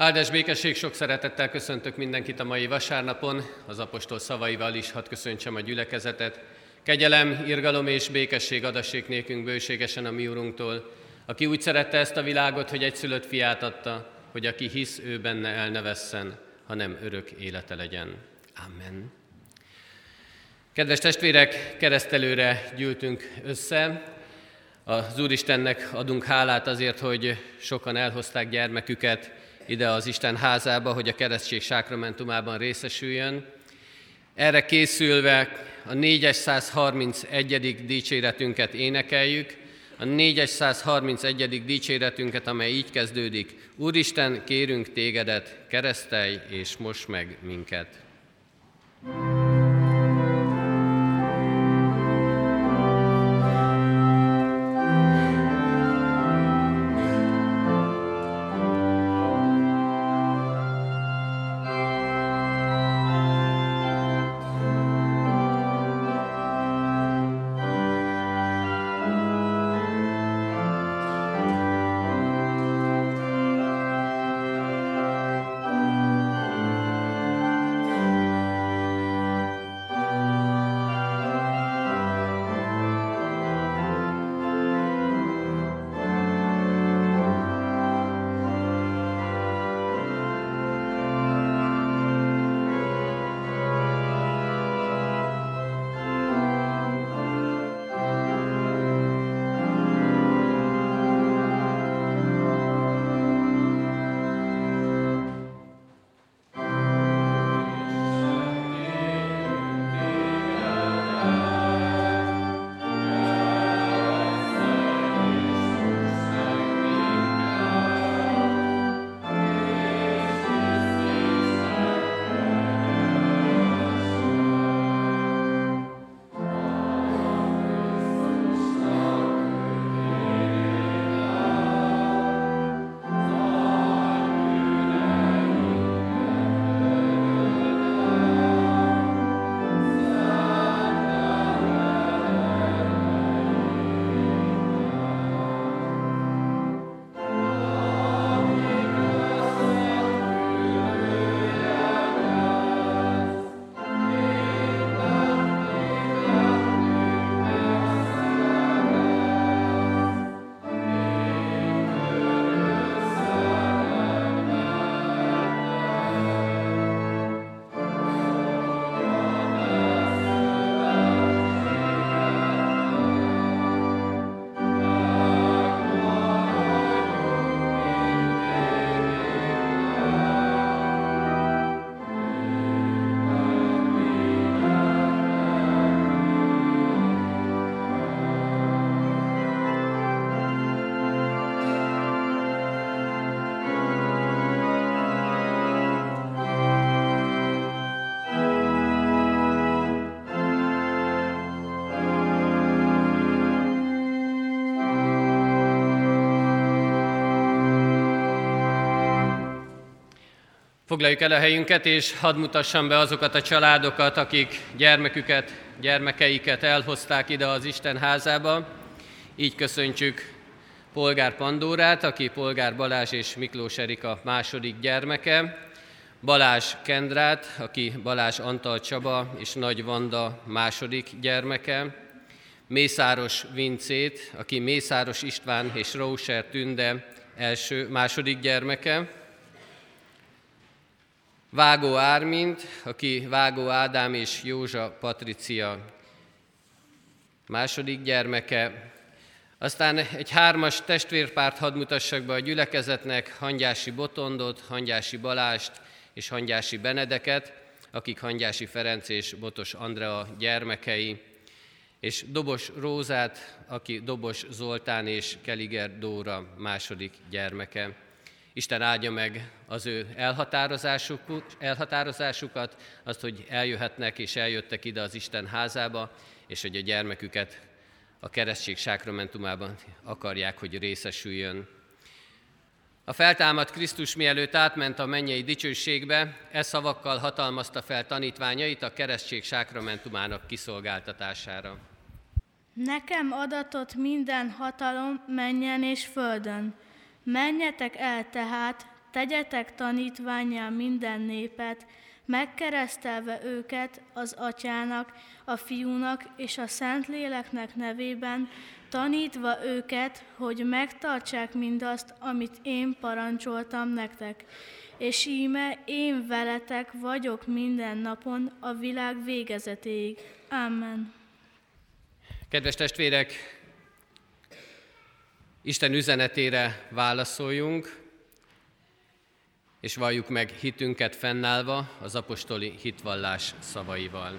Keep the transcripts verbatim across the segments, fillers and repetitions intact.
Áldás békesség, sok szeretettel köszöntök mindenkit a mai vasárnapon, az apostol szavaival is hadd köszöntsem a gyülekezetet. Kegyelem, irgalom és békesség adassék nékünk bőségesen a mi Urunktól, aki úgy szerette ezt a világot, hogy egyszülött fiát adta, hogy aki hisz, ő benne el ne vesszen, hanem örök élete legyen. Amen. Kedves testvérek, keresztelőre gyűltünk össze. Az Úristennek adunk hálát azért, hogy sokan elhozták gyermeküket ide az Isten házába, hogy a keresztség sákramentumában részesüljön. Erre készülve a négyszázharmincegyedik dicséretünket énekeljük, a négyszázharmincegyedik dicséretünket, amely így kezdődik: Úristen, kérünk tégedet, keresztelj és mosd meg minket. Foglaljuk el a helyünket, és hadd mutassam be azokat a családokat, akik gyermeküket, gyermekeiket elhozták ide az Isten házába. Így köszöntjük Polgár Pandórát, aki Polgár Balázs és Miklós Erika második gyermeke, Balázs Kendrát, aki Balázs Antal Csaba és Nagy Vanda második gyermeke, Mészáros Vincét, aki Mészáros István és Róser Tünde első, második gyermeke, Vágó Ármint, aki Vágó Ádám és Józsa Patricia második gyermeke. Aztán egy hármas testvérpárt hadd mutassak be a gyülekezetnek, Hangyási Botondot, Hangyási Balást és Hangyási Benedeket, akik Hangyási Ferenc és Botos Andrea gyermekei, és Dobos Rózát, aki Dobos Zoltán és Keliger Dóra második gyermeke. Isten áldja meg az ő elhatározásukat, azt, hogy eljöhetnek és eljöttek ide az Isten házába, és hogy a gyermeküket a keresztség sákramentumában akarják, hogy részesüljön. A feltámadt Krisztus mielőtt átment a mennyei dicsőségbe, e szavakkal hatalmazta fel tanítványait a keresztség sákramentumának kiszolgáltatására. Nekem adatott minden hatalom mennyen és földön. Menjetek el tehát, tegyetek tanítvánnyá minden népet, megkeresztelve őket az Atyának, a Fiúnak és a Szentléleknek nevében, tanítva őket, hogy megtartsák mindazt, amit én parancsoltam nektek. És íme én veletek vagyok minden napon a világ végezetéig. Amen. Kedves testvérek, Isten üzenetére válaszoljunk, és valljuk meg hitünket fennállva az apostoli hitvallás szavaival.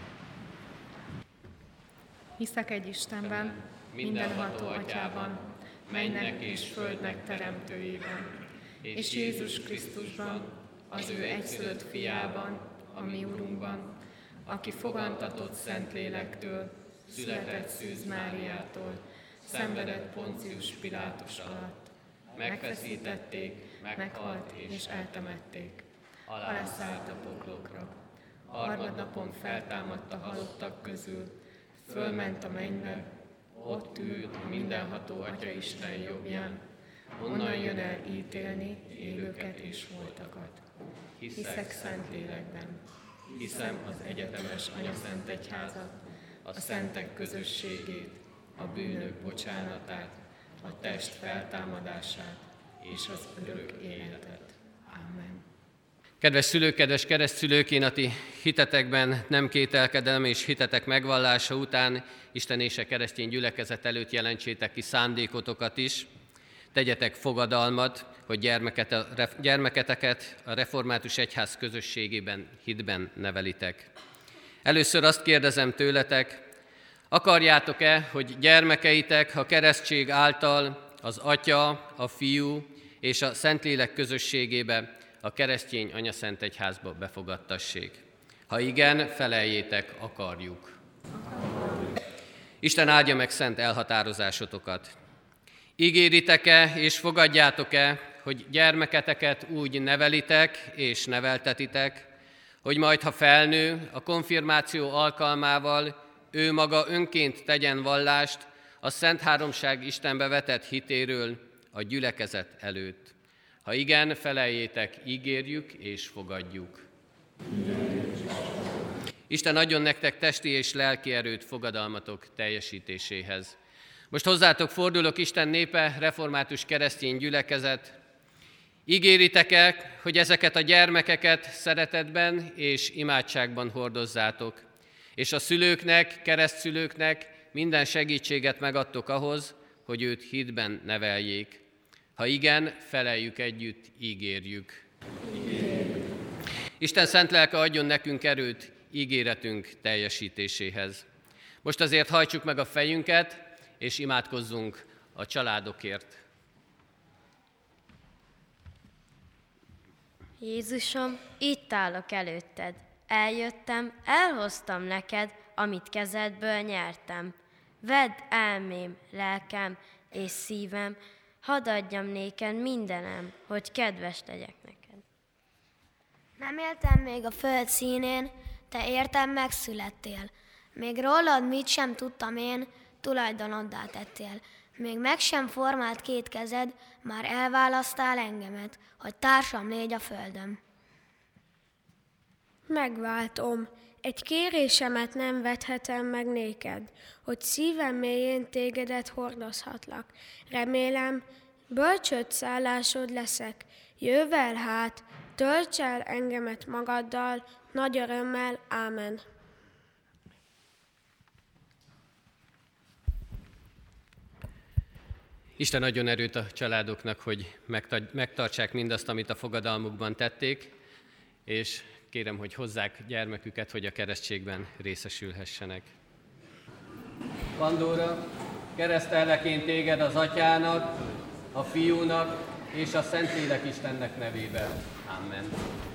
Hiszek egy Istenben, mindenható Atyában, mennek és földnek teremtőjében, és Jézus Krisztusban, az ő egyszülött fiában, a mi Urunkban, aki fogantatott Szentlélektől, született Szűz Máriától, szenvedett Poncius Pilátus alatt, megfeszítették, meghalt és eltemették, alászállt a poklokra, harmadnapon feltámadt a halottak közül, fölment a mennybe, ott ül a mindenható Atya Isten jobbján, onnan jön el ítélni élőket és holtakat. Hiszek Szentlélekben, hiszem az egyetemes Anyaszent Egyházat, a szentek közösségét, a bűnök bocsánatát, a test feltámadását és az örök életet. Amen. Kedves szülők, kedves keresztszülők, én a ti hitetekben nem kételkedem, és hitetek megvallása után Isten és a keresztény gyülekezet előtt jelentsétek ki szándékotokat is. Tegyetek fogadalmat, hogy gyermeketeket a református egyház közösségében, hitben nevelitek. Először azt kérdezem tőletek, akarjátok-e, hogy gyermekeitek a keresztség által az Atya, a Fiú és a Szentlélek közösségébe, a keresztény Anyaszent Egyházba befogadtassék? Ha igen, feleljétek, akarjuk. Isten áldja meg szent elhatározásotokat. Ígéritek-e és fogadjátok-e, hogy gyermeketeket úgy nevelitek és neveltetitek, hogy majd, ha felnő, a konfirmáció alkalmával ő maga önként tegyen vallást a Szent Háromság Istenbe vetett hitéről a gyülekezet előtt? Ha igen, feleljétek, ígérjük és fogadjuk. Isten adjon nektek testi és lelki erőt fogadalmatok teljesítéséhez. Most hozzátok fordulok, Isten népe, református keresztény gyülekezet. Ígéritek-e, hogy ezeket a gyermekeket szeretetben és imádságban hordozzátok, és a szülőknek, keresztszülőknek minden segítséget megadtok ahhoz, hogy őt hitben neveljék? Ha igen, feleljük együtt, ígérjük. ígérjük. Isten szent lelke adjon nekünk erőt ígéretünk teljesítéséhez. Most azért hajtsuk meg a fejünket, és imádkozzunk a családokért. Jézusom, itt állok előtted. Eljöttem, elhoztam neked, amit kezedből nyertem. Vedd elmém, lelkem és szívem, hadd adjam néked mindenem, hogy kedves legyek neked. Nem éltem még a föld színén, te értem megszülettél. Még rólad mit sem tudtam én, tulajdonoddá tettél. Még meg sem formált két kezed, már elválasztál engemet, hogy társam légy a földön. Megváltom, egy kérésemet nem vethetem meg néked, hogy szívem mélyén tégedet hordozhatlak. Remélem, bölcsöd szállásod leszek, jövel hát, tölts el engemet magaddal, nagy örömmel, ámen. Isten adjon erőt a családoknak, hogy megtartsák mindazt, amit a fogadalmukban tették, és kérem, hogy hozzák gyermeküket, hogy a keresztségben részesülhessenek. Pandóra, keresztellek én téged az Atyának, a Fiúnak és a Szentlélek Istennek nevében. Amen.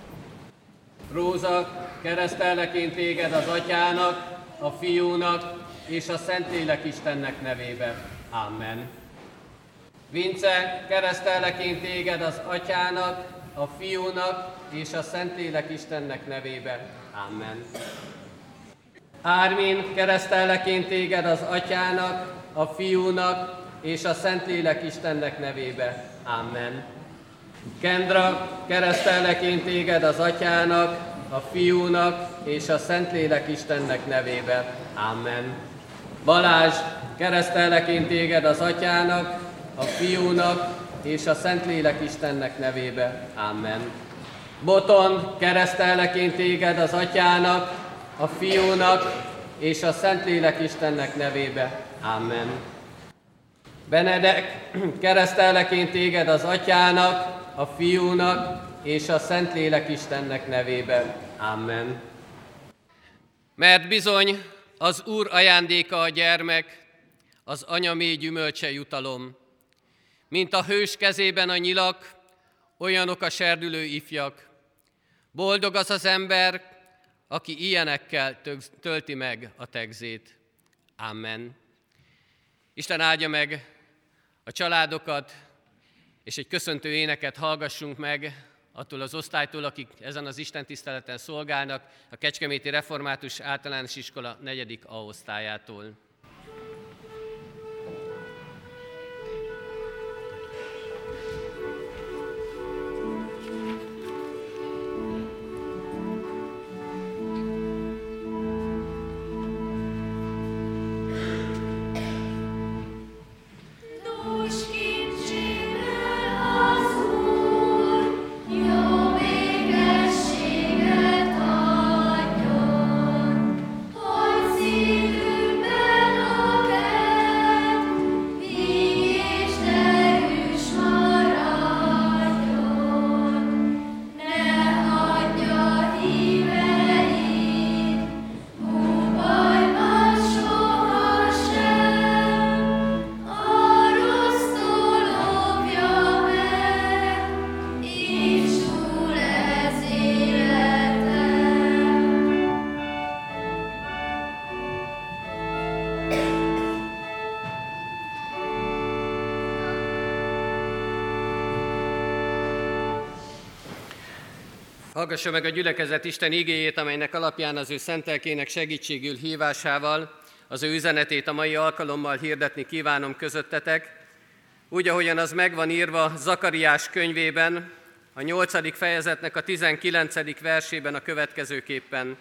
Róza, keresztellek én téged az Atyának, a Fiúnak és a Szentlélek Istennek nevében. Amen. Vince, keresztellek én téged az Atyának, a Fiúnak és a Szentlélek Istennek nevébe. Amen. Ármin, keresztellek én téged az Atyának, a Fiúnak és a Szentlélek Istennek nevébe. Amen. Kendra, keresztellek én téged az Atyának, a Fiúnak és a Szentlélek Istennek nevébe. Amen. Balázs, keresztellek én téged az Atyának, a Fiúnak és a Szentlélek Istennek nevébe. Amen. Boton, keresztellek én téged az Atyának, a Fiúnak és a Szentlélek Istennek nevébe. Amen. Benedek, keresztellek én téged az Atyának, a Fiúnak és a Szentlélek Istennek nevébe. Amen. Mert bizony az Úr ajándéka a gyermek, az anya mély gyümölcse jutalom. Mint a hős kezében a nyilak, olyanok a serdülő ifjak. Boldog az az ember, aki ilyenekkel tölti meg a tegzét. Amen. Isten áldja meg a családokat, és egy köszöntő éneket hallgassunk meg attól az osztálytól, akik ezen az istentiszteleten szolgálnak, a Kecskeméti Református Általános Iskola negyedik A osztályától. Hallgassa meg a gyülekezet Isten igéjét, amelynek alapján az ő szent lelkének segítségül hívásával az ő üzenetét a mai alkalommal hirdetni kívánom közöttetek, úgy, ahogyan az megvan írva Zakariás könyvében, a nyolcadik fejezetnek a tizenkilencedik versében a következőképpen.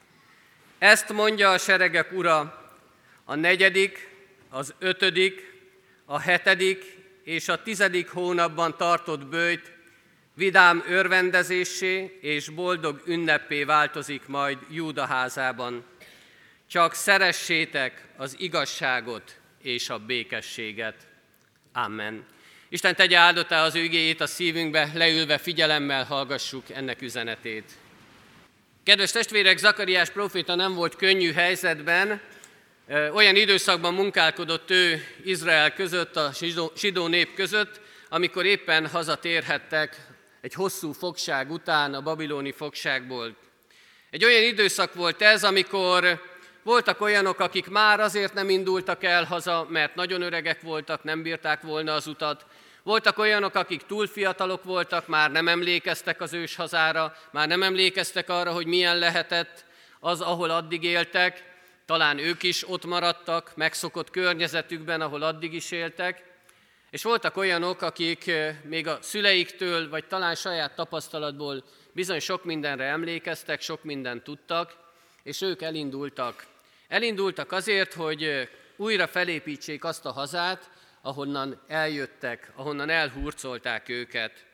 Ezt mondja a seregek Ura, a negyedik, az ötödik, a hetedik és a tizedik hónapban tartott böjt vidám örvendezéssé és boldog ünneppé változik majd Júda házában. Csak szeressétek az igazságot és a békességet. Amen. Isten tegye áldottá az ő igéjét a szívünkbe, leülve figyelemmel hallgassuk ennek üzenetét. Kedves testvérek, Zakariás próféta nem volt könnyű helyzetben, olyan időszakban munkálkodott ő Izrael között, a zsidó nép között, amikor éppen hazatérhettek egy hosszú fogság után a babiloni fogságból. Egy olyan időszak volt ez, amikor voltak olyanok, akik már azért nem indultak el haza, mert nagyon öregek voltak, nem bírták volna az utat. Voltak olyanok, akik túl fiatalok voltak, már nem emlékeztek az ős hazára, már nem emlékeztek arra, hogy milyen lehetett az, ahol addig éltek. Talán ők is ott maradtak, megszokott környezetükben, ahol addig is éltek. És voltak olyanok, akik még a szüleiktől, vagy talán saját tapasztalatból bizony sok mindenre emlékeztek, sok mindent tudtak, és ők elindultak. Elindultak azért, hogy újra felépítsék azt a hazát, ahonnan eljöttek, ahonnan elhurcolták őket.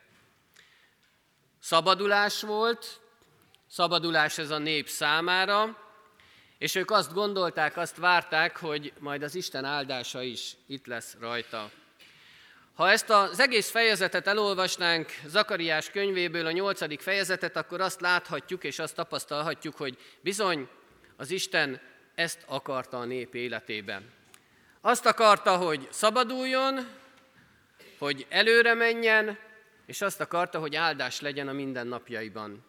Szabadulás volt, szabadulás ez a nép számára, és ők azt gondolták, azt várták, hogy majd az Isten áldása is itt lesz rajta. Ha ezt az egész fejezetet elolvasnánk, Zakariás könyvéből a nyolcadik fejezetet, akkor azt láthatjuk és azt tapasztalhatjuk, hogy bizony az Isten ezt akarta a nép életében. Azt akarta, hogy szabaduljon, hogy előre menjen, és azt akarta, hogy áldás legyen a mindennapjaiban.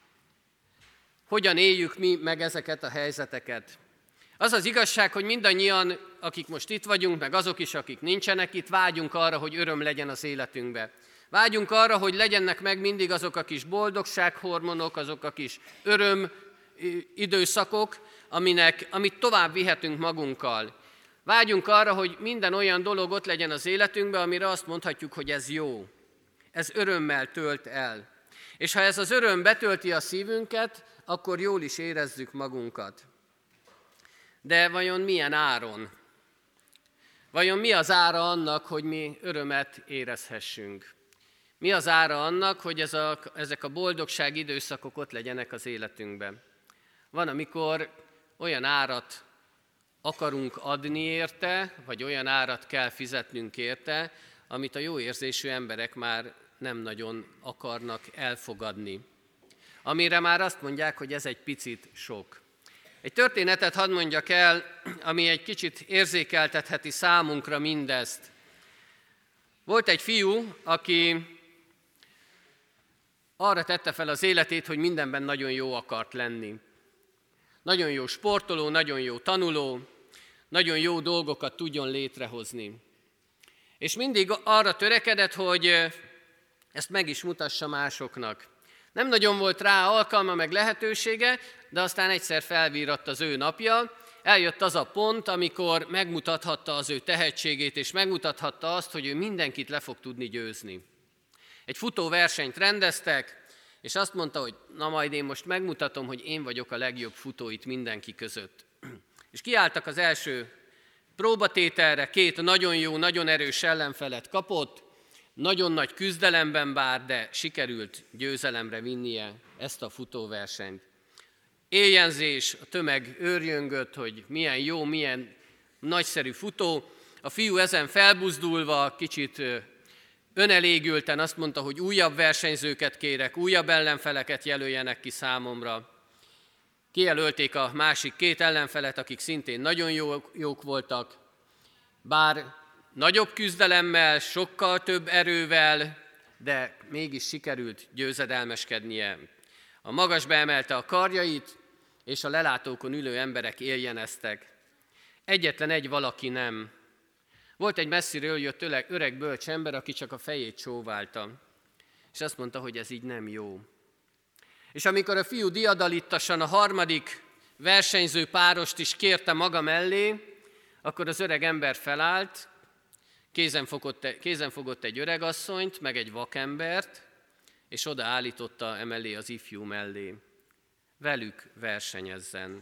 Hogyan éljük mi meg ezeket a helyzeteket? Az az igazság, hogy mindannyian, akik most itt vagyunk, meg azok is, akik nincsenek itt, vágyunk arra, hogy öröm legyen az életünkbe. Vágyunk arra, hogy legyenek meg mindig azok a kis boldogsághormonok, azok a kis öröm időszakok, aminek, amit tovább vihetünk magunkkal. Vágyunk arra, hogy minden olyan dolog ott legyen az életünkben, amire azt mondhatjuk, hogy ez jó. ez örömmel tölt el. És ha ez az öröm betölti a szívünket, akkor jól is érezzük magunkat. De vajon milyen áron? Vajon mi az ára annak, hogy mi örömet érezhessünk? Mi az ára annak, hogy ez a, ezek a boldogság időszakok ott legyenek az életünkben? Van, amikor olyan árat akarunk adni érte, vagy olyan árat kell fizetnünk érte, amit a jó érzésű emberek már nem nagyon akarnak elfogadni. Amire már azt mondják, hogy ez egy picit sok. Egy történetet hadd mondjak el, ami egy kicsit érzékeltetheti számunkra mindezt. Volt egy fiú, aki arra tette fel az életét, hogy mindenben nagyon jó akart lenni. Nagyon jó sportoló, nagyon jó tanuló, nagyon jó dolgokat tudjon létrehozni. És mindig arra törekedett, hogy ezt meg is mutassa másoknak. Nem nagyon volt rá alkalma meg lehetősége, de aztán egyszer felvíratt az ő napja, eljött az a pont, amikor megmutathatta az ő tehetségét, és megmutathatta azt, hogy ő mindenkit le fog tudni győzni. Egy futóversenyt rendeztek, és azt mondta, hogy na majd én most megmutatom, hogy én vagyok a legjobb futó itt mindenki között. És kiálltak az első próbatételre, két nagyon jó, nagyon erős ellenfelet kapott, nagyon nagy küzdelemben bár, de sikerült győzelemre vinnie ezt a futóversenyt. Éjjenzés, a tömeg őrjöngött, hogy milyen jó, milyen nagyszerű futó. A fiú ezen felbuzdulva, kicsit önelégülten azt mondta, hogy újabb versenyzőket kérek, újabb ellenfeleket jelöljenek ki számomra. Kijelölték a másik két ellenfelet, akik szintén nagyon jók, jók voltak, bár nagyobb küzdelemmel, sokkal több erővel, de mégis sikerült győzedelmeskednie. A magasba emelte a karjait, és a lelátókon ülő emberek éljeneztek. Egyetlen egy valaki nem. Volt egy messziről jött öreg, öreg bölcs ember, aki csak a fejét csóválta, és azt mondta, hogy ez így nem jó. És amikor a fiú diadalittasan a harmadik versenyző párost is kérte maga mellé, akkor az öreg ember felállt, kézen fogott, kézen fogott egy öregasszonyt, meg egy vakembert, és odaállította emellé az ifjú mellé. Velük versenyezzen.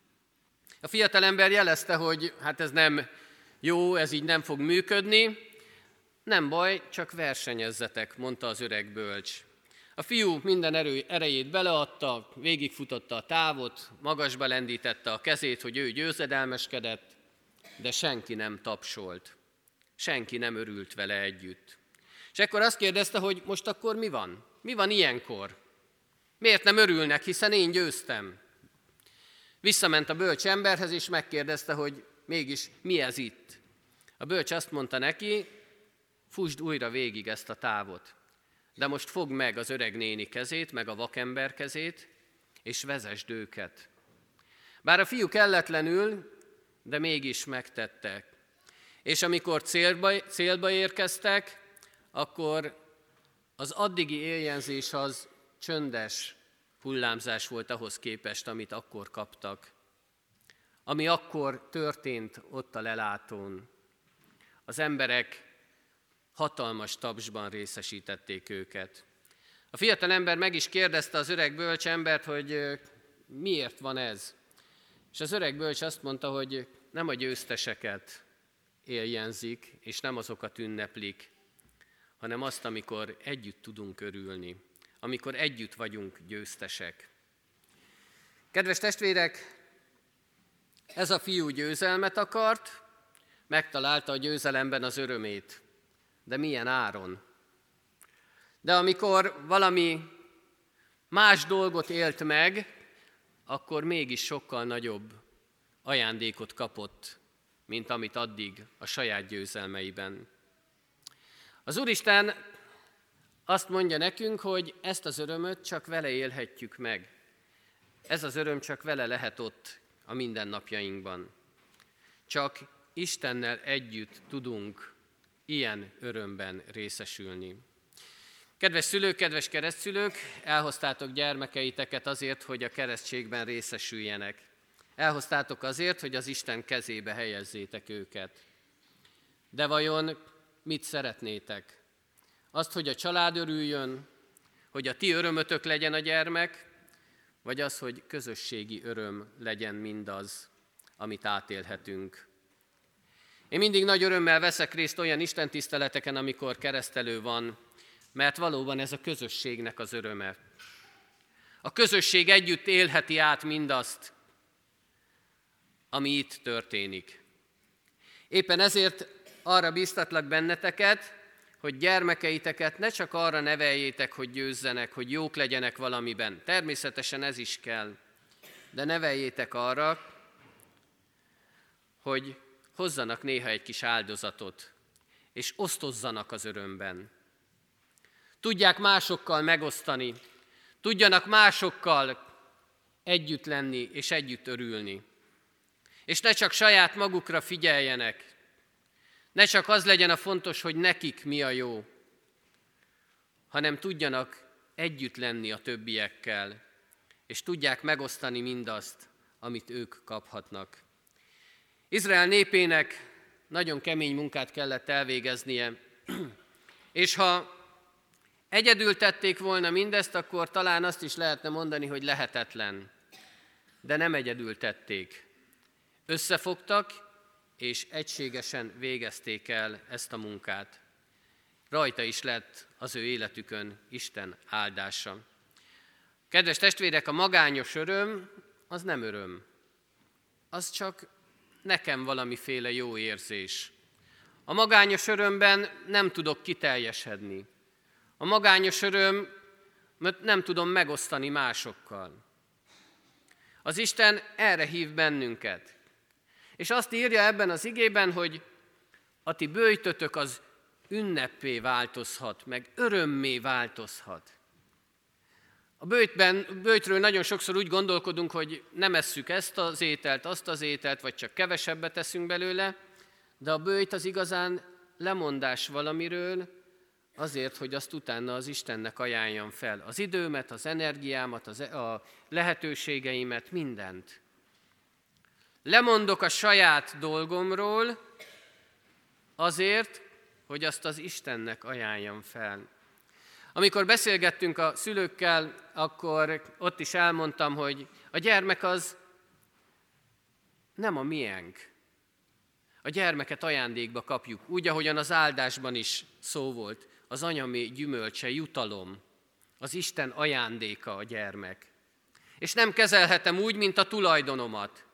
A fiatalember jelezte, hogy hát ez nem jó, ez így nem fog működni. Nem baj, csak versenyezzetek, mondta az öreg bölcs. A fiú minden erő, erejét beleadta, végigfutotta a távot, magasba lendítette a kezét, hogy ő győzedelmeskedett, de senki nem tapsolt. Senki nem örült vele együtt. És ekkor azt kérdezte, hogy most akkor mi van? Mi van ilyenkor? Miért nem örülnek, hiszen én győztem? Visszament a bölcs emberhez, és megkérdezte, hogy mégis mi ez itt? A bölcs azt mondta neki, fusd újra végig ezt a távot, de most fogd meg az öreg néni kezét, meg a vakember kezét, és vezesd őket. Bár a fiú kelletlenül, de mégis megtettek. És amikor célba, célba érkeztek, akkor az addigi éljenzés az csöndes hullámzás volt ahhoz képest, amit akkor kaptak. Ami akkor történt ott a lelátón. Az emberek hatalmas tapsban részesítették őket. A fiatal ember meg is kérdezte az öreg bölcs embert, hogy miért van ez. És az öreg bölcs azt mondta, hogy nem a győzteseket éljenzik, és nem azokat ünneplik, hanem azt, amikor együtt tudunk örülni, amikor együtt vagyunk győztesek. Kedves testvérek, ez a fiú győzelmet akart, megtalálta a győzelemben az örömét, de milyen áron? De amikor valami más dolgot élt meg, akkor mégis sokkal nagyobb ajándékot kapott, mint amit addig a saját győzelmeiben. Az Úristen azt mondja nekünk, hogy ezt az örömöt csak vele élhetjük meg. Ez az öröm csak vele lehet ott a mindennapjainkban. Csak Istennel együtt tudunk ilyen örömben részesülni. Kedves szülők, kedves keresztszülők, elhoztátok gyermekeiteket azért, hogy a keresztségben részesüljenek. Elhoztátok azért, hogy az Isten kezébe helyezzétek őket. De vajon mit szeretnétek? Azt, hogy a család örüljön, hogy a ti örömötök legyen a gyermek, vagy az, hogy közösségi öröm legyen mindaz, amit átélhetünk. Én mindig nagy örömmel veszek részt olyan istentiszteleteken, amikor keresztelő van, mert valóban ez a közösségnek az öröme. A közösség együtt élheti át mindazt, ami itt történik. Éppen ezért arra bíztatlak benneteket, hogy gyermekeiteket ne csak arra neveljétek, hogy győzzenek, hogy jók legyenek valamiben. Természetesen ez is kell, de neveljétek arra, hogy hozzanak néha egy kis áldozatot, és osztozzanak az örömben. Tudják másokkal megosztani, tudjanak másokkal együtt lenni és együtt örülni. És ne csak saját magukra figyeljenek, ne csak az legyen a fontos, hogy nekik mi a jó, hanem tudjanak együtt lenni a többiekkel, és tudják megosztani mindazt, amit ők kaphatnak. Izrael népének nagyon kemény munkát kellett elvégeznie, és ha egyedül tették volna mindezt, akkor talán azt is lehetne mondani, hogy lehetetlen. De nem egyedül tették. Összefogtak, és egységesen végezték el ezt a munkát. Rajta is lett az ő életükön Isten áldása. Kedves testvérek, a magányos öröm az nem öröm. Az csak nekem valamiféle jó érzés. A magányos örömben nem tudok kiteljesedni. A magányos öröm nem tudom megosztani másokkal. Az Isten erre hív bennünket. És azt írja ebben az igében, hogy a ti böjtötök az ünneppé változhat, meg örömmé változhat. A böjtben, böjtről nagyon sokszor úgy gondolkodunk, hogy nem esszük ezt az ételt, azt az ételt, vagy csak kevesebbet teszünk belőle, de a böjt az igazán lemondás valamiről, azért, hogy azt utána az Istennek ajánljam fel. Az időmet, az energiámat, az, a lehetőségeimet, mindent. Lemondok a saját dolgomról azért, hogy azt az Istennek ajánljam fel. Amikor beszélgettünk a szülőkkel, akkor ott is elmondtam, hogy a gyermek az nem a miénk. A gyermeket ajándékba kapjuk, úgy, ahogyan az áldásban is szó volt. Az anyami gyümölcse, jutalom, az Isten ajándéka a gyermek. És nem kezelhetem úgy, mint a tulajdonomat.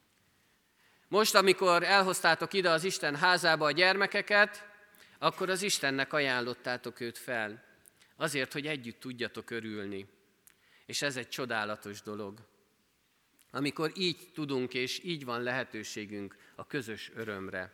Most, amikor elhoztátok ide az Isten házába a gyermekeket, akkor az Istennek ajánlottátok őt fel. Azért, hogy együtt tudjatok örülni. És ez egy csodálatos dolog. Amikor így tudunk, és így van lehetőségünk a közös örömre.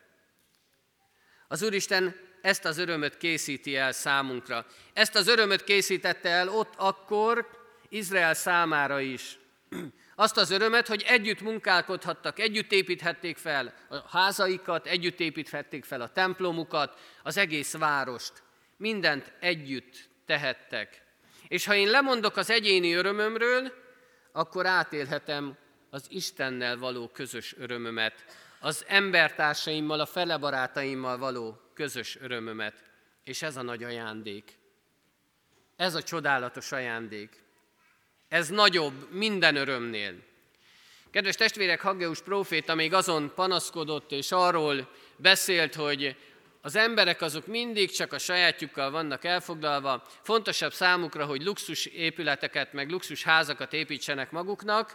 Az Úristen ezt az örömöt készíti el számunkra. Ezt az örömöt készítette el ott akkor Izrael számára is. Azt az örömet, hogy együtt munkálkodhattak, együtt építhették fel a házaikat, együtt építhették fel a templomukat, az egész várost. Mindent együtt tehettek. És ha én lemondok az egyéni örömömről, akkor átélhetem az Istennel való közös örömömet, az embertársaimmal, a felebarátaimmal való közös örömömet. És ez a nagy ajándék. Ez a csodálatos ajándék. Ez nagyobb minden örömnél. Kedves testvérek, Haggeus próféta még azon panaszkodott és arról beszélt, hogy az emberek azok mindig csak a sajátjukkal vannak elfoglalva, fontosabb számukra, hogy luxus épületeket, meg luxus házakat építsenek maguknak,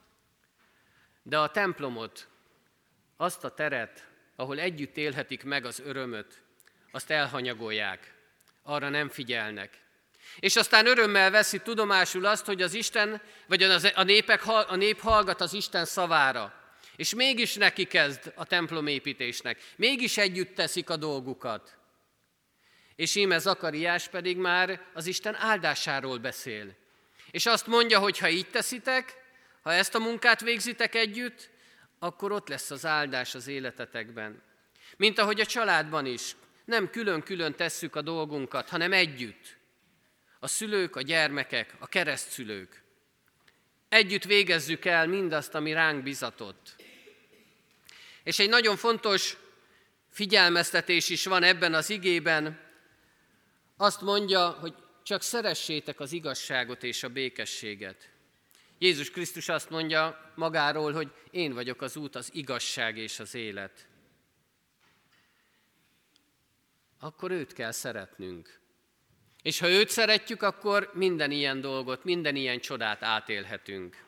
de a templomot, azt a teret, ahol együtt élhetik meg az örömöt, azt elhanyagolják, arra nem figyelnek. És aztán örömmel veszi tudomásul azt, hogy az Isten, vagy a, népek, a nép hallgat az Isten szavára, és mégis neki kezd a templomépítésnek, mégis együtt teszik a dolgukat. És íme Zakariás pedig már az Isten áldásáról beszél. És azt mondja, hogy ha így teszitek, ha ezt a munkát végzitek együtt, akkor ott lesz az áldás az életetekben. Mint ahogy a családban is, nem külön-külön tesszük a dolgunkat, hanem együtt. A szülők, a gyermekek, a keresztszülők. Együtt végezzük el mindazt, ami ránk bizatott. És egy nagyon fontos figyelmeztetés is van ebben az igében. Azt mondja, hogy csak szeressétek az igazságot és a békességet. Jézus Krisztus azt mondja magáról, hogy én vagyok az út, az igazság és az élet. Akkor őt kell szeretnünk. És ha őt szeretjük, akkor minden ilyen dolgot, minden ilyen csodát átélhetünk.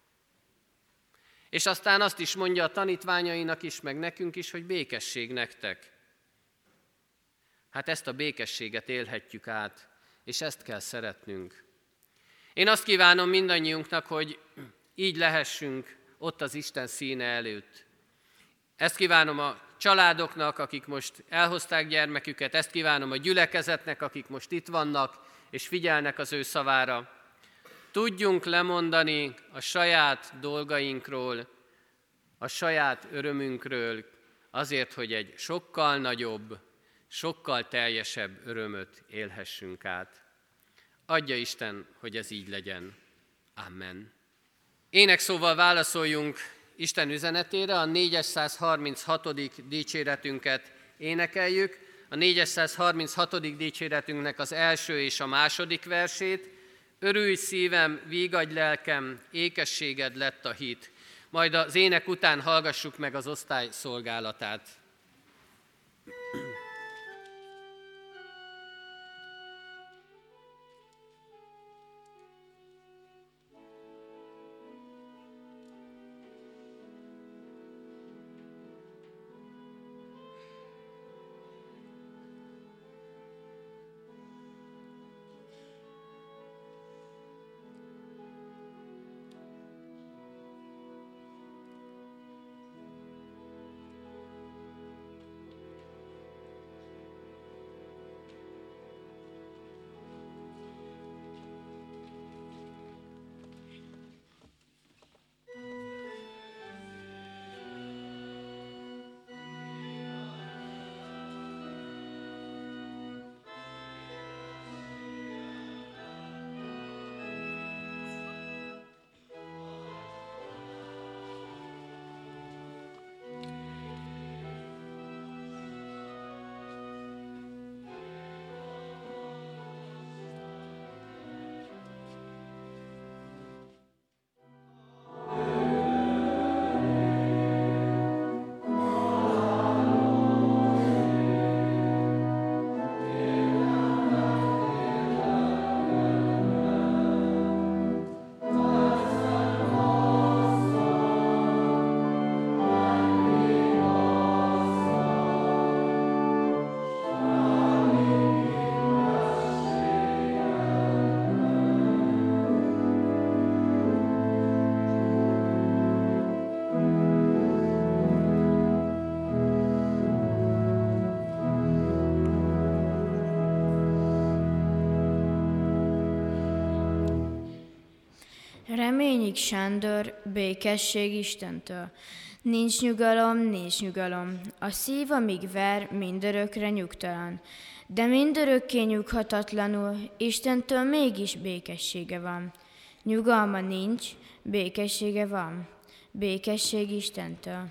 És aztán azt is mondja a tanítványainak is, meg nekünk is, hogy békesség nektek. Hát ezt a békességet élhetjük át, és ezt kell szeretnünk. Én azt kívánom mindannyiunknak, hogy így lehessünk ott az Isten színe előtt. Ezt kívánom a családoknak, akik most elhozták gyermeküket, ezt kívánom a gyülekezetnek, akik most itt vannak, és figyelnek az ő szavára. Tudjunk lemondani a saját dolgainkról, a saját örömünkről, azért, hogy egy sokkal nagyobb, sokkal teljesebb örömöt élhessünk át. Adja Isten, hogy ez így legyen. Amen. Énekszóval válaszoljunk Isten üzenetére, a négyszázharminchatodik dicséretünket énekeljük. A négyszázharminchatodik dicséretünknek az első és a második versét. Örülj szívem, vígadj lelkem, ékességed lett a hit. Majd az ének után hallgassuk meg az osztály szolgálatát. Reményik Sándor, békesség Istentől. Nincs nyugalom, nincs nyugalom. A szív, amíg ver, mindörökre nyugtalan. De mindörökké nyughatatlanul, Istentől mégis békessége van. Nyugalma nincs, békessége van. Békesség Istentől.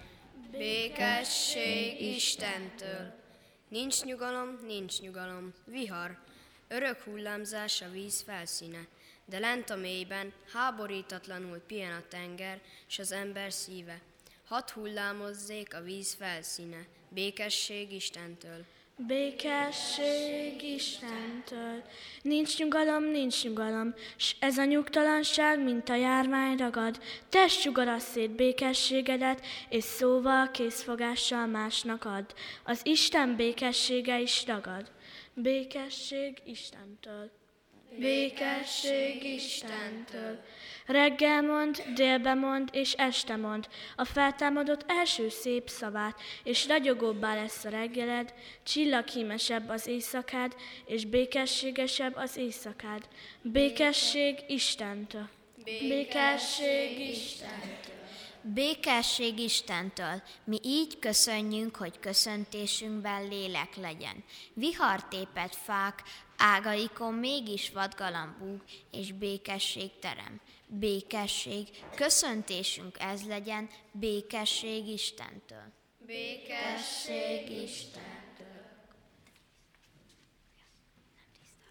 Békesség Istentől. Nincs nyugalom, nincs nyugalom. Vihar, örök hullámzás a víz felszíne. De lent a mélyben háborítatlanul pihen a tenger, s az ember szíve. Hadd hullámozzék a víz felszíne, békesség Istentől. Békesség Istentől. Nincs nyugalom, nincs nyugalom, s ez a nyugtalanság, mint a járvány ragad. Tess sugarass szét békességedet, és szóval, készfogással másnak add. Az Isten békessége is ragad. Békesség Istentől. Békesség Istentől. Reggel mond, délbe mond, és este mond a feltámadott első szép szavát, és ragyogóbbá lesz a reggeled, csillaghímesebb az éjszakád, és békességesebb az éjszakád. Békesség Istentől. Békesség Istentől. Békesség Istentől. Mi így köszönjünk, hogy köszöntésünkben lélek legyen. Vihartépet fák, ágaikon mégis vadgalamb búg, és békesség terem. Békesség, köszöntésünk ez legyen, békesség Istentől. Békesség Istentől.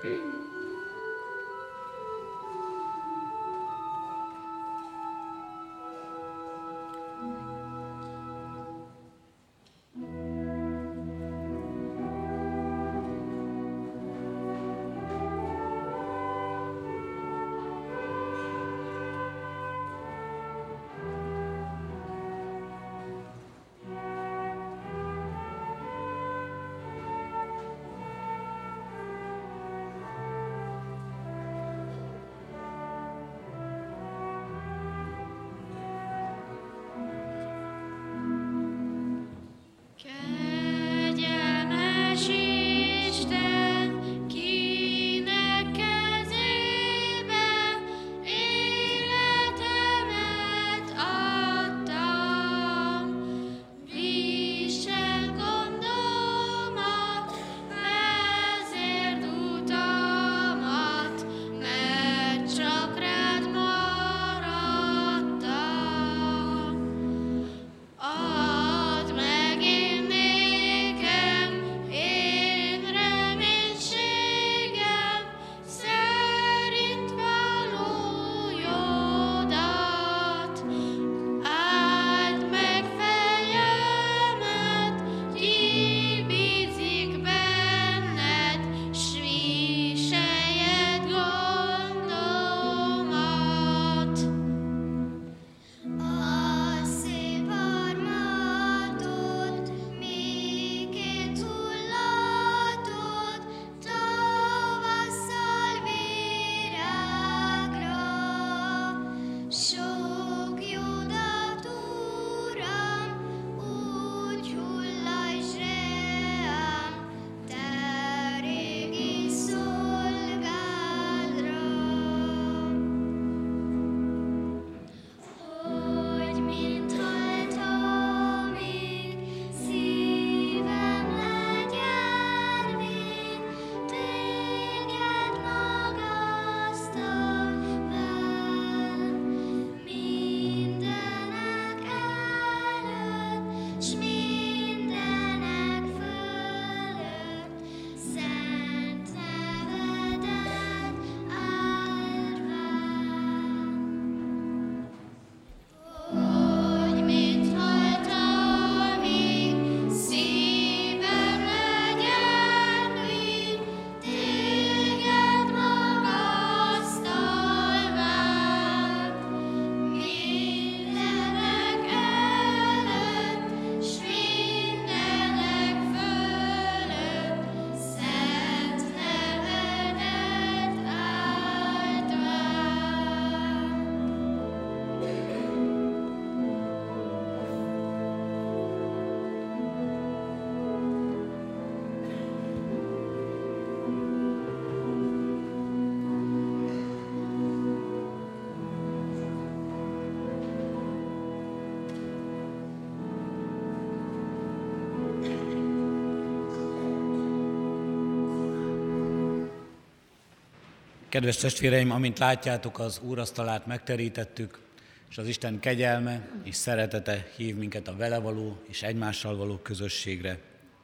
Kedves testvéreim, amint látjátok, az úrasztalát megterítettük, és az Isten kegyelme és szeretete hív minket a vele való és egymással való közösségre.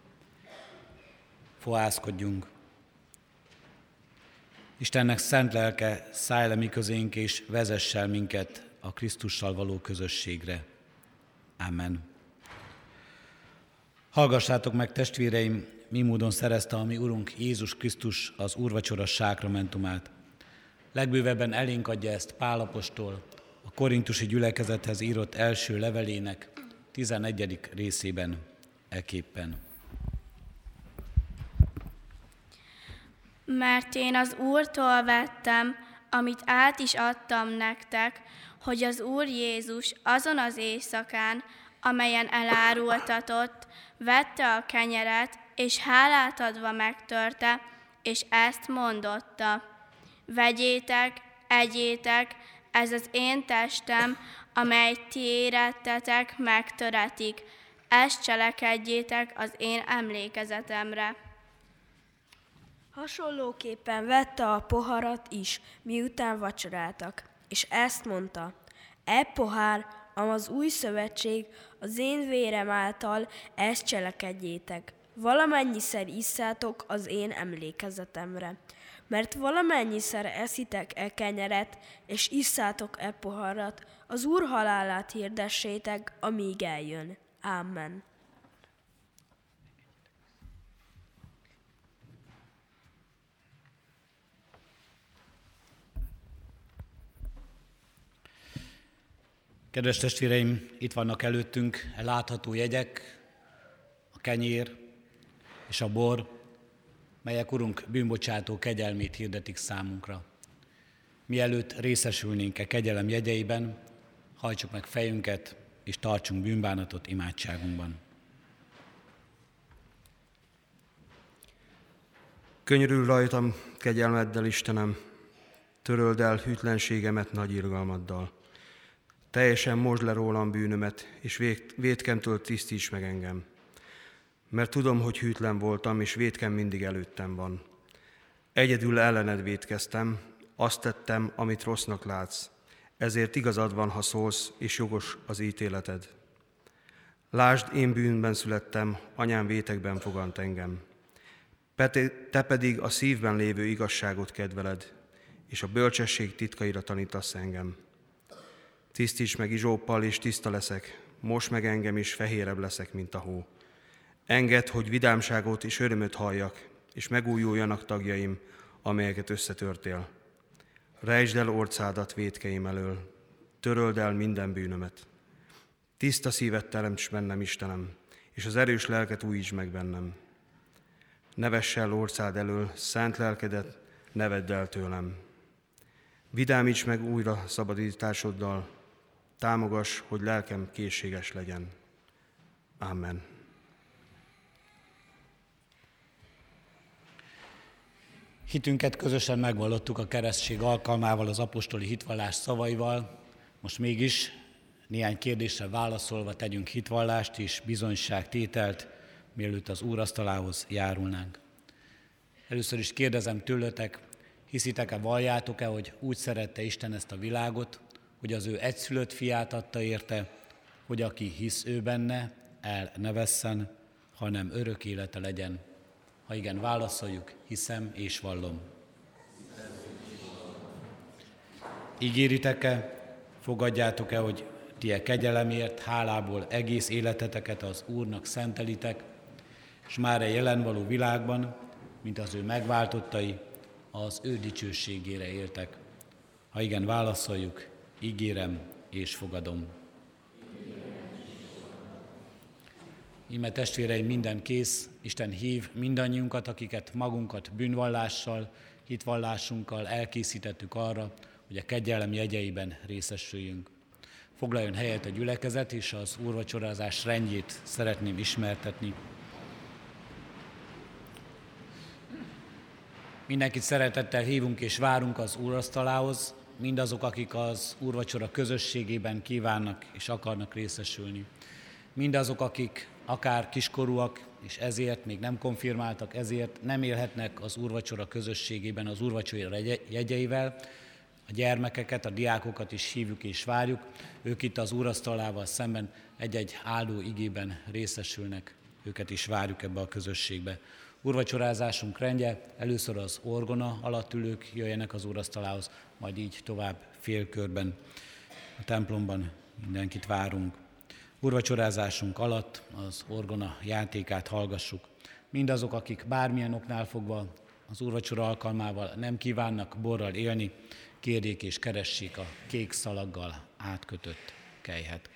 Fohászkodjunk. Istennek szent lelke, szállj le mi közénk, és vezess el minket a Krisztussal való közösségre. Amen. Hallgassátok meg, testvéreim, mi módon szerezte a mi Urunk Jézus Krisztus az úrvacsora sákramentumát. Legbővebben elénk adja ezt Pál apostol a korintusi gyülekezethez írott első levelének tizennegyedik részében eképpen. Mert én az Úrtól vettem, amit át is adtam nektek, hogy az Úr Jézus azon az éjszakán, amelyen elárultatott, vette a kenyeret, és hálát adva megtörte, és ezt mondotta: vegyétek, egyétek, ez az én testem, amely ti érettetek, megtöretik. Ezt cselekedjétek az én emlékezetemre. Hasonlóképpen vette a poharat is, miután vacsoráltak, és ezt mondta: e pohár, am az új szövetség, az én vérem által, ezt cselekedjétek. Valamennyiszer isszátok az én emlékezetemre. mert valamennyiszer eszitek e kenyeret, és isszátok e poharat, az Úr halálát hirdessétek, amíg eljön. Amen. Kedves testvéreim, itt vannak előttünk a látható jegyek, a kenyér és a bor, melyek Urunk bűnbocsátó kegyelmét hirdetik számunkra. Mielőtt részesülnénk e kegyelem jegyeiben, hajtsuk meg fejünket és tartsunk bűnbánatot imádságunkban. Könyörülj rajtam kegyelmeddel, Istenem, töröld el hűtlenségemet nagy irgalmaddal. Teljesen mosd le rólam bűnömet, és vétkemtől tisztíts meg engem. Mert tudom, hogy hűtlen voltam, és vétkem mindig előttem van. Egyedül ellened vétkeztem, azt tettem, amit rossznak látsz. Ezért igazad van, ha szólsz, és jogos az ítéleted. Lásd, én bűnben születtem, anyám vétekben fogant engem. Te pedig a szívben lévő igazságot kedveled, és a bölcsesség titkaira tanítasz engem. Tisztíts meg izsóppal, és tiszta leszek, mosd meg engem, és fehérebb leszek, mint a hó. Engedd, hogy vidámságot és örömöt halljak, és megújuljanak tagjaim, amelyeket összetörtél. Rejtsd el orcádat vétkeim elől, töröld el minden bűnömet. Tiszta szívet teremts bennem, Istenem, és az erős lelket újítsd meg bennem. Ne vess el orcád elől, szent lelkedet ne vedd el tőlem. Vidámíts meg újra szabadításoddal, támogass, hogy lelkem készséges legyen. Amen. Hitünket közösen megvallottuk a keresztség alkalmával, az apostoli hitvallás szavaival. Most mégis néhány kérdésre válaszolva tegyünk hitvallást és bizonyságtételt, mielőtt az úrasztalához járulnánk. Először is kérdezem tőletek, hiszitek-e, valljátok-e, hogy úgy szerette Isten ezt a világot, hogy az ő egyszülött fiát adta érte, hogy aki hisz ő benne, el ne vesszen, hanem örök élete legyen. Ha igen, válaszoljuk, hiszem és vallom. Ígéritek-e, fogadjátok-e, hogy ti e kegyelemért, hálából egész életeteket az Úrnak szentelitek, és már a jelen való világban, mint az ő megváltottai, az ő dicsőségére éltek. Ha igen, válaszoljuk, ígérem és fogadom. Íme testvéreim, minden kész, Isten hív mindannyiunkat, akiket magunkat bűnvallással, hitvallásunkkal elkészítettük arra, hogy a kegyelem jegyeiben részesüljünk. Foglaljon helyet a gyülekezet, és az úrvacsorázás rendjét szeretném ismertetni. Mindenkit szeretettel hívunk és várunk az úrasztalához, mindazok, akik az úrvacsora közösségében kívánnak és akarnak részesülni. Mindazok, akik akár kiskorúak, és ezért még nem konfirmáltak, ezért nem élhetnek az úrvacsora közösségében az úrvacsora jegyeivel. A gyermekeket, a diákokat is hívjuk és várjuk. Ők itt az úrasztalával szemben egy-egy áldó igében részesülnek. Őket is várjuk ebbe a közösségbe. Úrvacsorázásunk rendje, először az orgona alatt ülők jöjjenek az úrasztalához, majd így tovább félkörben a templomban mindenkit várunk. Úrvacsorázásunk alatt az orgona játékát hallgassuk. Mindazok, akik bármilyen oknál fogva az úrvacsora alkalmával nem kívánnak borral élni, kérjék és keressék a kék szalaggal átkötött kelyhet.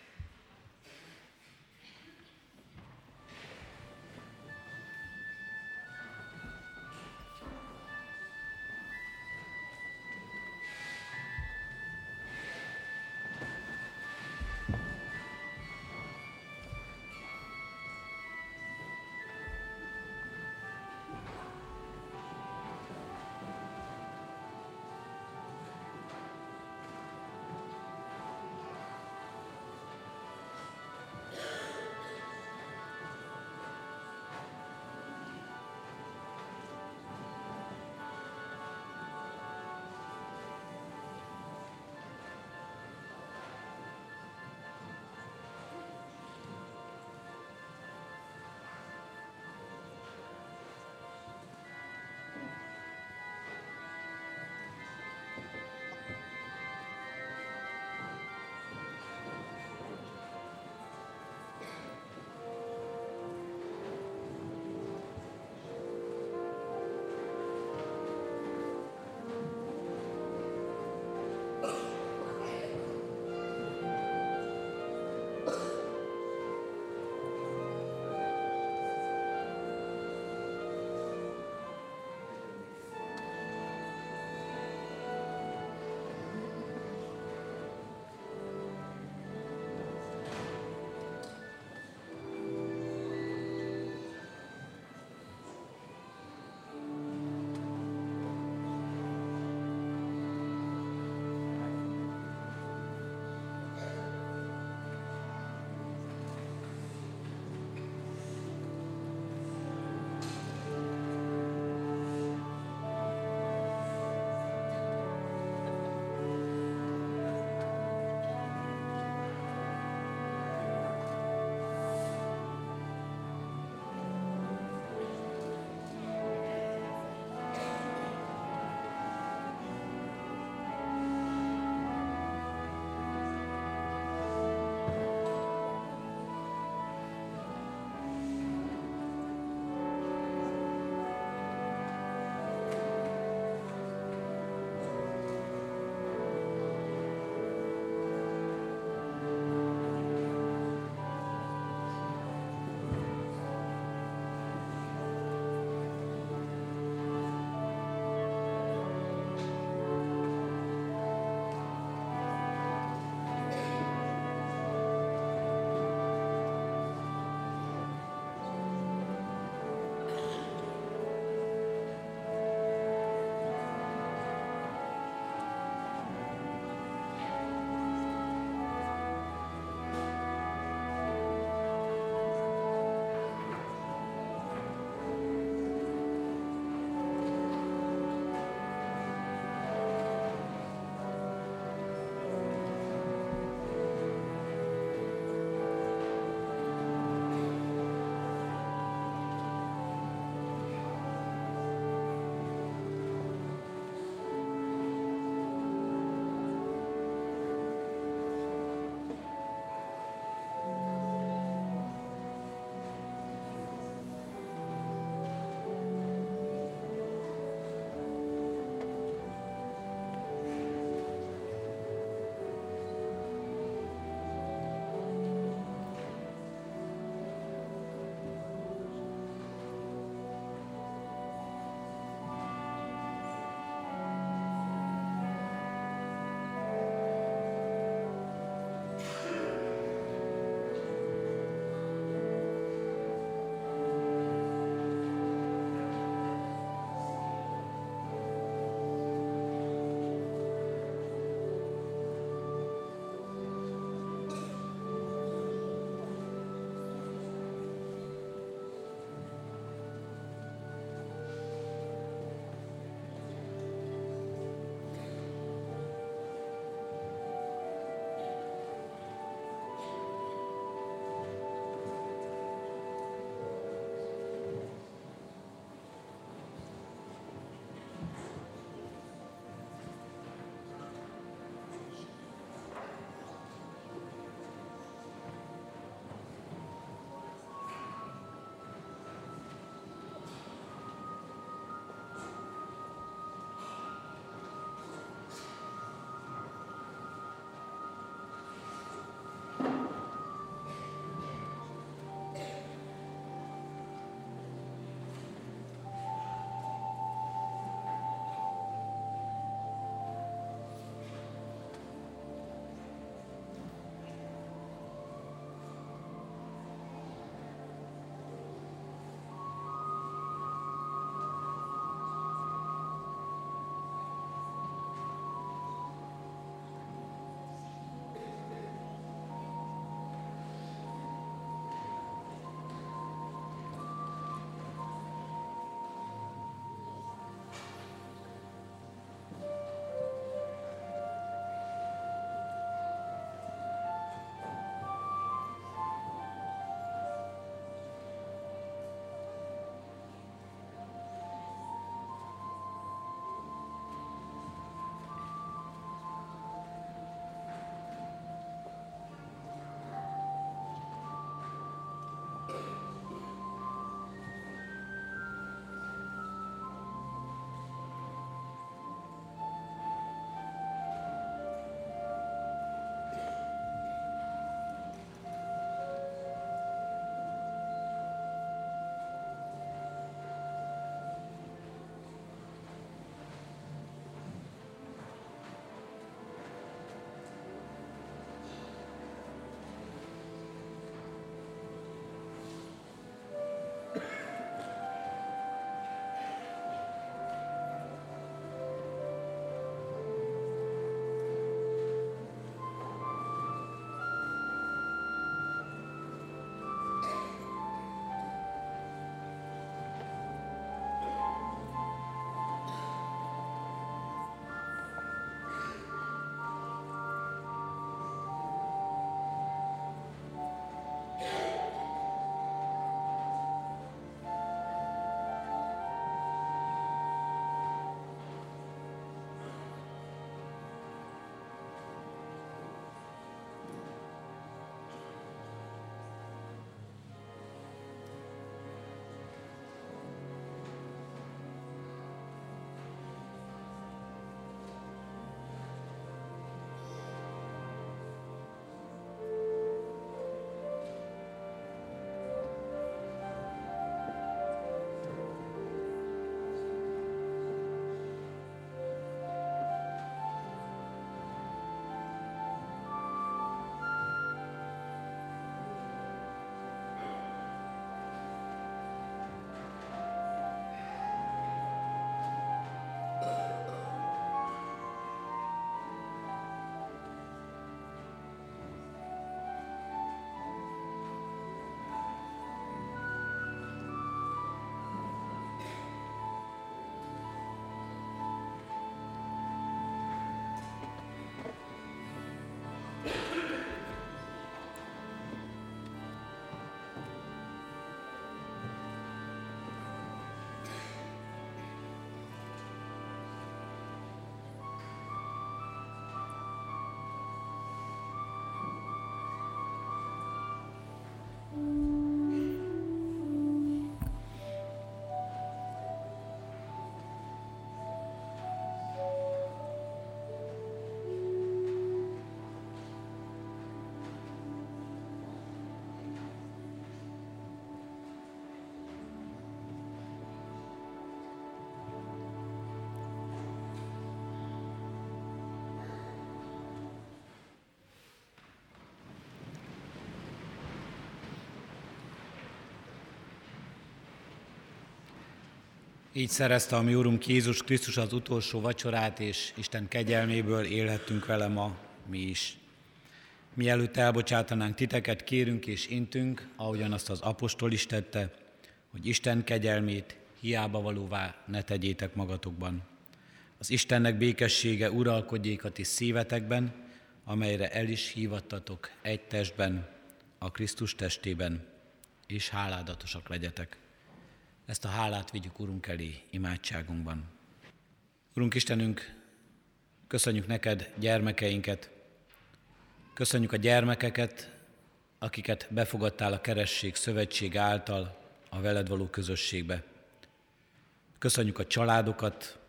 Így szerezte a mi Urunk Jézus Krisztus az utolsó vacsorát, és Isten kegyelméből élhettünk vele ma mi is. Mielőtt elbocsátanánk titeket, kérünk és intünk, ahogyan azt az apostol is tette, hogy Isten kegyelmét hiába valóvá ne tegyétek magatokban. Az Istennek békessége uralkodjék a ti szívetekben, amelyre el is hívattatok egy testben, a Krisztus testében, és háládatosak legyetek. Ezt a hálát vigyük Urunk elé imádságunkban. Urunk Istenünk, köszönjük neked gyermekeinket, köszönjük a gyermekeket, akiket befogadtál a Keresztség szövetség által a veled való közösségbe. Köszönjük a családokat,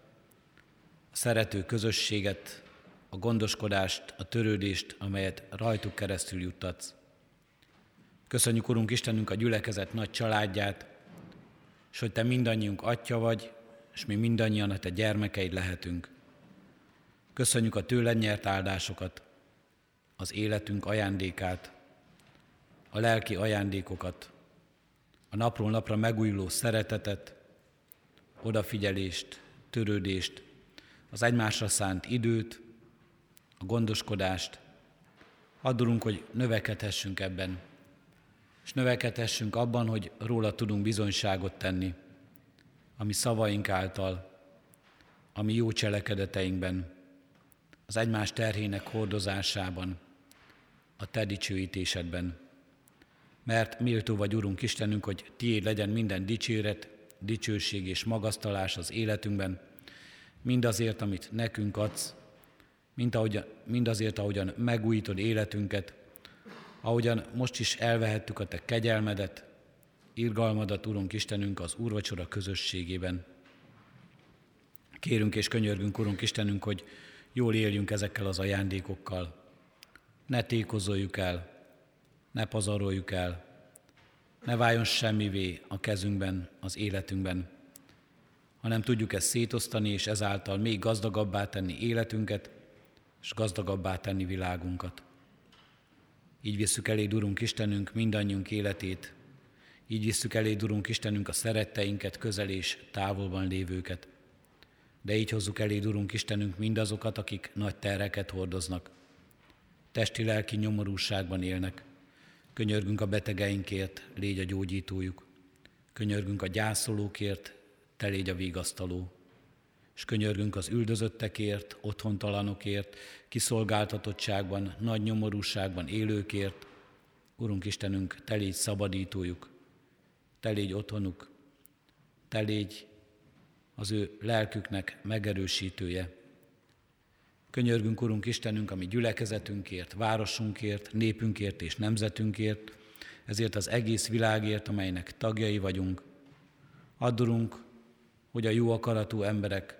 a szerető közösséget, a gondoskodást, a törődést, amelyet rajtuk keresztül juttatsz. Köszönjük, Urunk Istenünk, a gyülekezet nagy családját, és hogy te mindannyiunk atya vagy, és mi mindannyian a te gyermekeid lehetünk. Köszönjük a tőled nyert áldásokat, az életünk ajándékát, a lelki ajándékokat, a napról napra megújuló szeretetet, odafigyelést, törődést, az egymásra szánt időt, a gondoskodást. Add, Urunk, hogy növekedhessünk ebben, és növekedhessünk abban, hogy róla tudunk bizonyságot tenni, ami szavaink által, ami jó cselekedeteinkben, az egymás terhének hordozásában, a te dicsőítésedben. Mert méltó vagy, Urunk Istenünk, hogy tiéd legyen minden dicséret, dicsőség és magasztalás az életünkben, mindazért, amit nekünk adsz, mind ahogy, mindazért, ahogyan megújítod életünket, ahogyan most is elvehettük a te kegyelmedet, irgalmadat, Urunk Istenünk, az úrvacsora közösségében. Kérünk és könyörgünk, Urunk Istenünk, hogy jól éljünk ezekkel az ajándékokkal. Ne tékozoljuk el, ne pazaroljuk el, ne váljon semmivé a kezünkben, az életünkben, hanem tudjuk ezt szétosztani, és ezáltal még gazdagabbá tenni életünket, és gazdagabbá tenni világunkat. Így visszük eléd, Urunk Istenünk, mindannyiunk életét, így visszük eléd, Urunk Istenünk, a szeretteinket, közel és távolban lévőket. De így hozzuk eléd, Urunk Istenünk, mindazokat, akik nagy terheket hordoznak, testi-lelki nyomorúságban élnek. Könyörgünk a betegeinkért, légy a gyógyítójuk. Könyörgünk a gyászolókért, te légy a vigasztaló. És könyörgünk az üldözöttekért, otthontalanokért, kiszolgáltatottságban, nagy nyomorúságban élőkért. Urunk Istenünk, te légy szabadítójuk, te légy otthonuk, te légy az ő lelküknek megerősítője. Könyörgünk, Urunk Istenünk, a mi gyülekezetünkért, városunkért, népünkért és nemzetünkért, ezért az egész világért, amelynek tagjai vagyunk. Add, Urunk, hogy a jó akaratú emberek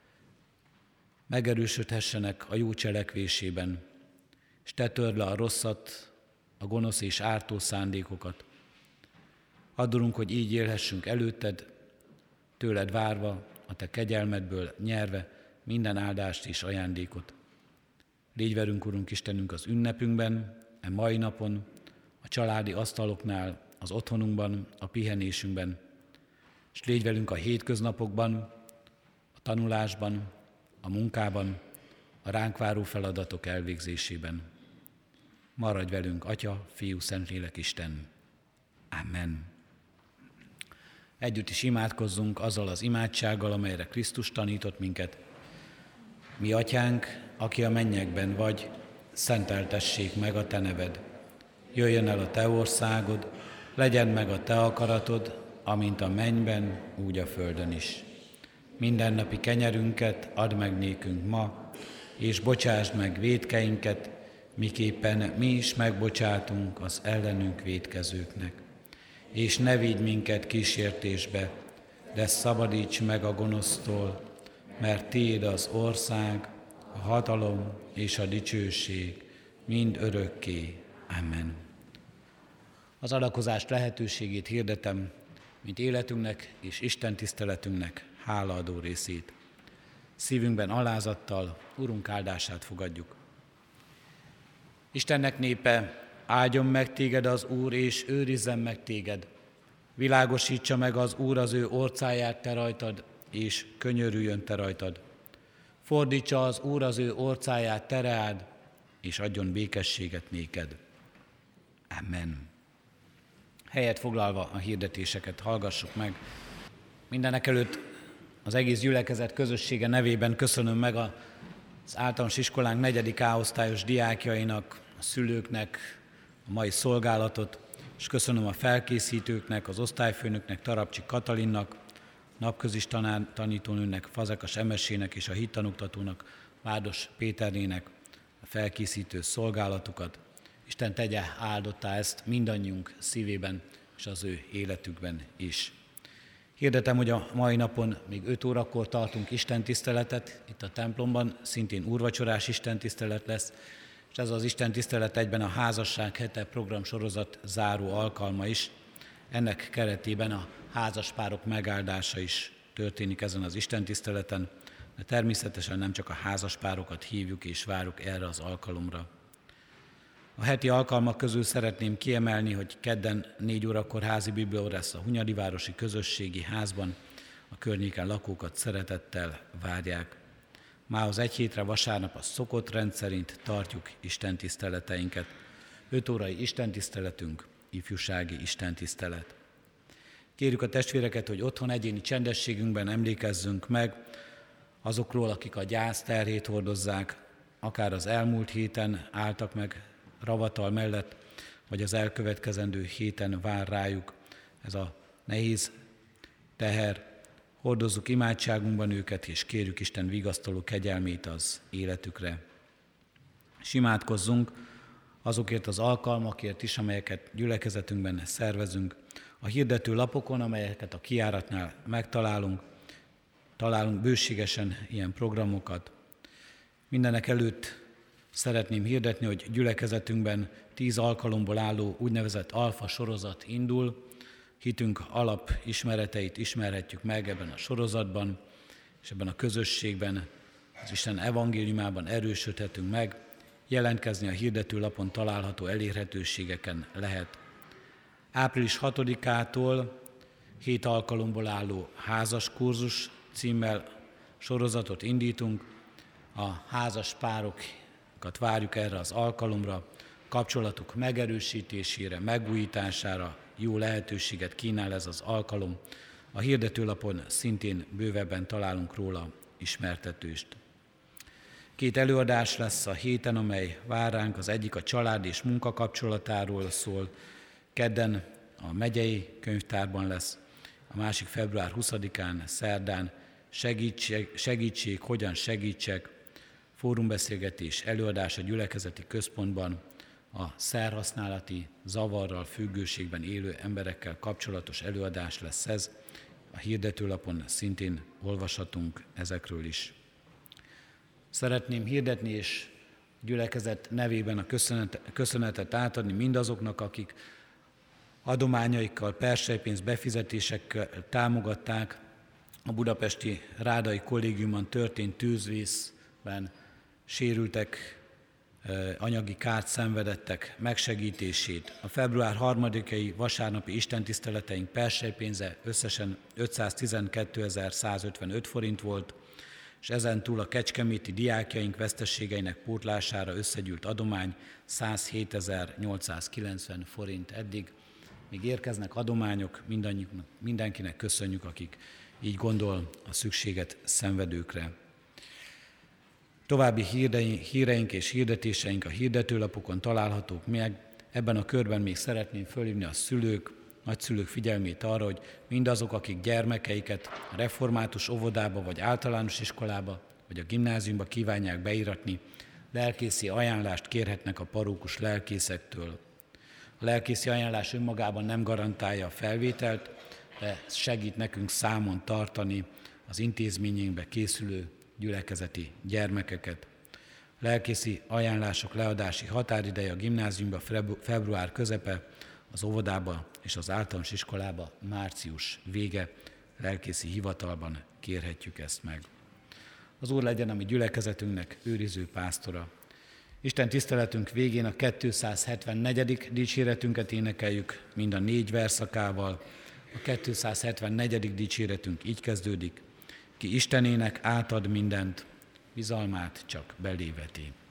megerősödhessenek a jó cselekvésében, és te törd le a rosszat, a gonosz és ártó szándékokat. Add, Urunk, hogy így élhessünk előtted, tőled várva, a te kegyelmedből nyerve minden áldást és ajándékot. Légy velünk, Urunk Istenünk, az ünnepünkben, e mai napon, a családi asztaloknál, az otthonunkban, a pihenésünkben, és légy velünk a hétköznapokban, a tanulásban, a munkában, a ránk váró feladatok elvégzésében. Maradj velünk, Atya, Fiú, Szentlélek, Isten. Amen. Együtt is imádkozzunk azzal az imádsággal, amelyre Krisztus tanított minket. Mi, Atyánk, aki a mennyekben vagy, szenteltessék meg a te neved. Jöjjön el a te országod, legyen meg a te akaratod, amint a mennyben, úgy a földön is. Mindennapi kenyerünket add meg nékünk ma, és bocsásd meg vétkeinket, miképpen mi is megbocsátunk az ellenünk vétkezőknek. És ne vigy minket kísértésbe, de szabadíts meg a gonosztól, mert tiéd az ország, a hatalom és a dicsőség mind örökké. Amen. Az adakozás lehetőségét hirdetem, mint életünknek és Isten tiszteletünknek hálaadó részét. Szívünkben alázattal Urunk áldását fogadjuk. Istennek népe, áldjon meg téged az Úr, és őrizzen meg téged. Világosítsa meg az Úr az ő orcáját te rajtad, és könyörüljön te rajtad. Fordítsa az Úr az ő orcáját te reád, és adjon békességet néked. Amen. Helyet foglalva a hirdetéseket hallgassuk meg. Mindenekelőtt az egész gyülekezet közössége nevében köszönöm meg az általános iskolánk negyedik A-osztályos diákjainak, a szülőknek a mai szolgálatot, és köszönöm a felkészítőknek, az osztályfőnöknek, Tarabcsi Katalinnak, napközis tanár, tanítónőnek, Fazekas Emesének és a hittanoktatónak, Vádos Péternének a felkészítő szolgálatukat. Isten tegye áldottá ezt mindannyiunk szívében és az ő életükben is. Hirdetem, hogy a mai napon még öt órakor tartunk istentiszteletet, itt a templomban, szintén úrvacsorás istentisztelet lesz, és ez az istentisztelet egyben a Házasság hete programsorozat záró alkalma is. Ennek keretében a házaspárok megáldása is történik ezen az istentiszteleten, de természetesen nem csak a házaspárokat hívjuk és várjuk erre az alkalomra. A heti alkalmak közül szeretném kiemelni, hogy kedden négy órakor házi bibliaóra lesz a Hunyadivárosi Közösségi Házban, a környéken lakókat szeretettel várják. Mához egy hétre vasárnap a szokott rend szerint tartjuk istentiszteleteinket. öt órai istentiszteletünk, ifjúsági istentisztelet. Kérjük a testvéreket, hogy otthon egyéni csendességünkben emlékezzünk meg azokról, akik a gyász terhét hordozzák, akár az elmúlt héten álltak meg ravatal mellett, vagy az elkövetkezendő héten vár rájuk ez a nehéz teher. Hordozzuk imádságunkban őket, és kérjük Isten vigasztaló kegyelmét az életükre. És imádkozzunk azokért az alkalmakért is, amelyeket gyülekezetünkben szervezünk. A hirdető lapokon, amelyeket a kijáratnál megtalálunk, találunk bőségesen ilyen programokat. Mindenek előtt szeretném hirdetni, hogy gyülekezetünkben tíz alkalomból álló úgynevezett alfa sorozat indul. Hitünk alapismereteit ismerhetjük meg ebben a sorozatban, és ebben a közösségben, az Isten evangéliumában erősödhetünk meg. Jelentkezni a hirdetőlapon található elérhetőségeken lehet. április hatodikától hét alkalomból álló házas kurzus címmel sorozatot indítunk. A házas párokat várjuk erre az alkalomra, kapcsolatuk megerősítésére, megújítására jó lehetőséget kínál ez az alkalom. A hirdetőlapon szintén bővebben találunk róla ismertetőst. Két előadás lesz a héten, amely vár ránk. Az egyik a család és munka kapcsolatáról szól. Kedden a megyei könyvtárban lesz, a másik február huszadikán, szerdán segítség, segítség, hogyan segítsek, fórumbeszélgetés, előadás a gyülekezeti központban, a szerhasználati zavarral, függőségben élő emberekkel kapcsolatos előadás lesz ez. A hirdetőlapon szintén olvashatunk ezekről is. Szeretném hirdetni és gyülekezet nevében a köszönetet átadni mindazoknak, akik adományaikkal, persejpénz befizetésekkel támogatták a budapesti Rádai Kollégiumon történt tűzvészben sérültek, anyagi kárt szenvedettek megsegítését. A február harmadikai vasárnapi istentiszteleteink persejpénze összesen ötszáztizenkétezer-százötvenöt forint volt, és ezen túl a kecskeméti diákjaink veszteségeinek pótlására összegyűlt adomány százhétezer-nyolcszázkilencven forint eddig. Még érkeznek adományok, mindenkinek köszönjük, akik így gondol a szükséget szenvedőkre. További híreink és hirdetéseink a hirdetőlapokon találhatók meg. Ebben a körben még szeretném fölhívni a szülők, nagyszülők figyelmét arra, hogy mindazok, akik gyermekeiket a református óvodába, vagy általános iskolába, vagy a gimnáziumba kívánják beíratni, lelkészi ajánlást kérhetnek a parókus lelkészektől. A lelkészi ajánlás önmagában nem garantálja a felvételt, de segít nekünk számon tartani az intézményünkbe készülő gyülekezeti gyermekeket. Lelkészi ajánlások leadási határideje a gimnáziumba február közepe, az óvodába és az általános iskolába március vége. Lelkészi hivatalban kérhetjük ezt meg. Az Úr legyen a mi gyülekezetünknek őriző pásztora. Isten tiszteletünk végén a kétszázhetvennegyedik dicséretünket énekeljük mind a négy verszakával. A kétszázhetvennegyedik dicséretünk így kezdődik. Ki Istenének átad mindent, bizalmát csak beléveti.